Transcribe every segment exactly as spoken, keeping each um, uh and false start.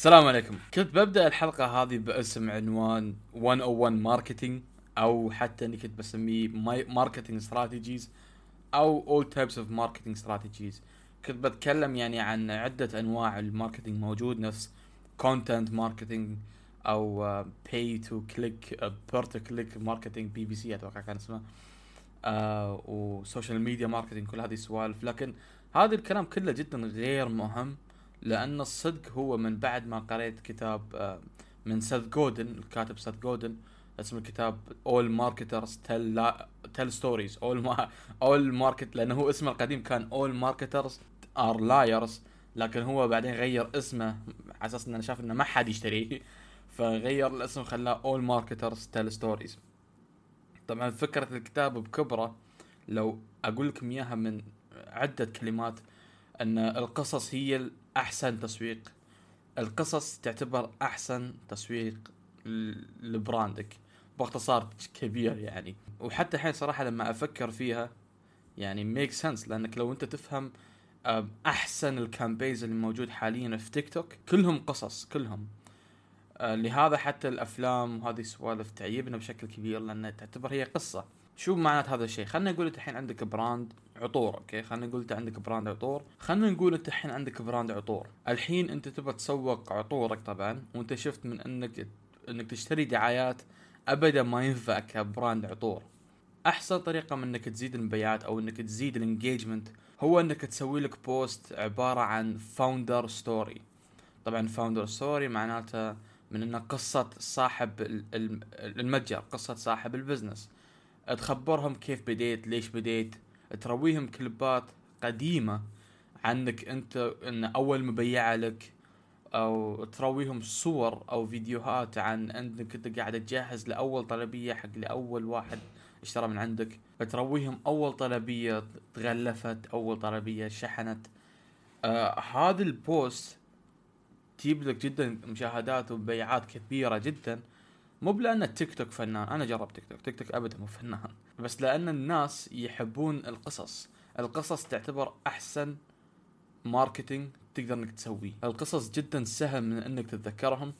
السلام عليكم. كنت ببدأ الحلقة هذه باسم عنوان مية وواحد ماركتينج، أو حتى إني كنت بسميه ماركتينج استراتيجيز أو all types of marketing strategies. كنت بتكلم يعني عن عدة أنواع الماركتينج موجود، نفس content marketing أو uh, pay to click uh, per to click marketing بي بي سي أتوقع كان اسمه، آه وسوشيال ميديا ماركتينج، كل هذه السوالف. لكن هذا الكلام كله جدا غير مهم، لأن الصدق هو من بعد ما قريت كتاب آه من سيث جودن، الكاتب سيث جودن، اسم الكتاب All Marketers Tell La- Tell Stories. All ما All Market، لأنه هو اسمه القديم كان All Marketers Are Liars، لكن هو بعدين غير اسمه على أساس إنه شاف إنه ما حد يشتريه، فغير الاسم خلاه All Marketers Tell Stories. طبعا فكرة الكتاب بكبره لو اقول لكم اياها من عدة كلمات، ان القصص هي الاحسن تسويق. القصص تعتبر احسن تسويق ل- لبراندك باختصار كبير يعني. وحتى الحين صراحة لما افكر فيها يعني make sense، لانك لو انت تفهم آه، احسن الكامبينز اللي موجود حاليا في تيك توك كلهم قصص كلهم. آه، لهذا حتى الافلام وهذه السوالف تعيبنا بشكل كبير، لان تعتبر هي قصه. شو معنات هذا الشيء؟ خلينا نقول انت الحين عندك براند عطور، اوكي، خلينا نقول انت عندك براند عطور خلينا نقول انت الحين عندك براند عطور. الحين انت تبغى تسوق عطورك طبعا، وانت شفت من انك انك تشتري دعايات، ابدا ما ينفع كبراند عطور. احسن طريقه من انك تزيد المبيعات او انك تزيد الانجيجمنت هو انك تسوي لك بوست عباره عن فاوندر ستوري. طبعا فاوندر ستوري معناته من ان قصة صاحب ال- ال- المتجر، قصة صاحب البزنس، تخبرهم كيف بديت، ليش بديت، ترويهم كليبات قديمة عنك انت ان اول مبيعة لك، او ترويهم صور او فيديوهات عن انك انت قاعد تجهز لاول طلبية حق لاول واحد اشترى من عندك، ترويهم اول طلبية تغلفت، اول طلبية شحنت. آه هذا البوست تجيب لك جدا مشاهدات ومبيعات كبيرة جدا. مو بلأن التيك توك فنان، أنا جربت تيك توك، تيك توك أبدا مو فنان، بس لأن الناس يحبون القصص. القصص تعتبر أحسن ماركتينج تقدر انك تسويه. القصص جدا سهل من انك تتذكرهم،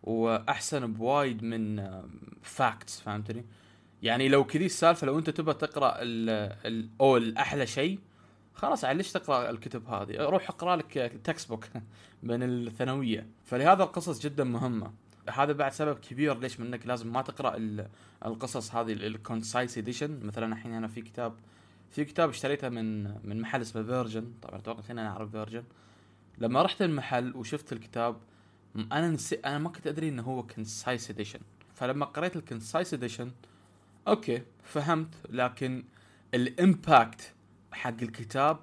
واحسن بوايد من فاكتس، فهمتني؟ يعني لو كذي السالفة، لو انت تبى تقرأ ال ال او الاحلى شيء، خلاص على ليش تقرا الكتب هذه؟ روح اقرا لك تكست بوك من الثانويه. فلهذا القصص جدا مهمه. هذا بعد سبب كبير ليش منك لازم ما تقرا ال- القصص هذه الكونسايس اديشن. مثلا الحين انا في كتاب في كتاب اشتريته من من محل اسمه فيرجن، طبعا اتوقع هنا انا اعرف فيرجن. لما رحت المحل وشفت الكتاب، م- انا نسي انا ما كنت ادري انه هو كونسايس اديشن. فلما قريت الكونسايس اديشن اوكي فهمت، لكن الامباكت حق الكتاب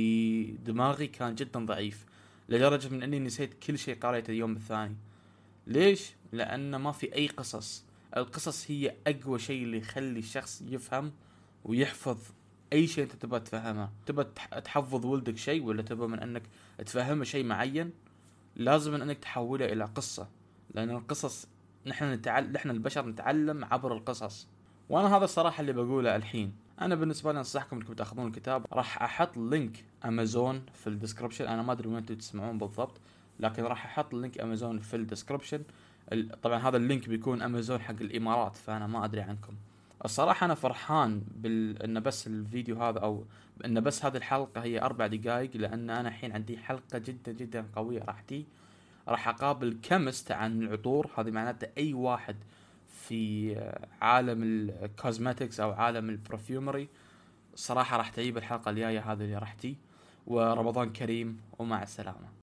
لدماغي كان جدا ضعيف، لدرجة من اني نسيت كل شيء قريته اليوم الثاني. ليش؟ لان ما في اي قصص. القصص هي اقوى شيء اللي يخلي الشخص يفهم ويحفظ اي شيء انت تبغى تفهمه. تبغى تح- تحفظ ولدك شيء، ولا تبغى من انك تفهمه شيء معين، لازم من انك تحوله الى قصة. لان القصص، نحن نتعلم، نحن البشر نتعلم عبر القصص. وانا هذا الصراحة اللي بقوله الحين. انا بالنسبة لي انصحكم انكم تاخذون الكتاب. راح احط لينك امازون في الديسكربشن، انا ما ادري وين انتم تسمعون بالضبط، لكن راح احط لينك امازون في الديسكربشن. ال- طبعا هذا اللينك بيكون امازون حق الامارات، فانا ما ادري عنكم. الصراحة انا فرحان بال ان بس الفيديو هذا، او ان بس هذه الحلقة هي اربع دقائق، لان انا الحين عندي حلقة جدا جدا قوية راح تي. راح اقابل كيمست عن العطور. هذه معناته اي واحد في عالم الكوزماتكس او عالم البرفيومري. صراحة راح تعيب الحلقة الجاية هذه اللي راح تي. ورمضان كريم، ومع السلامة.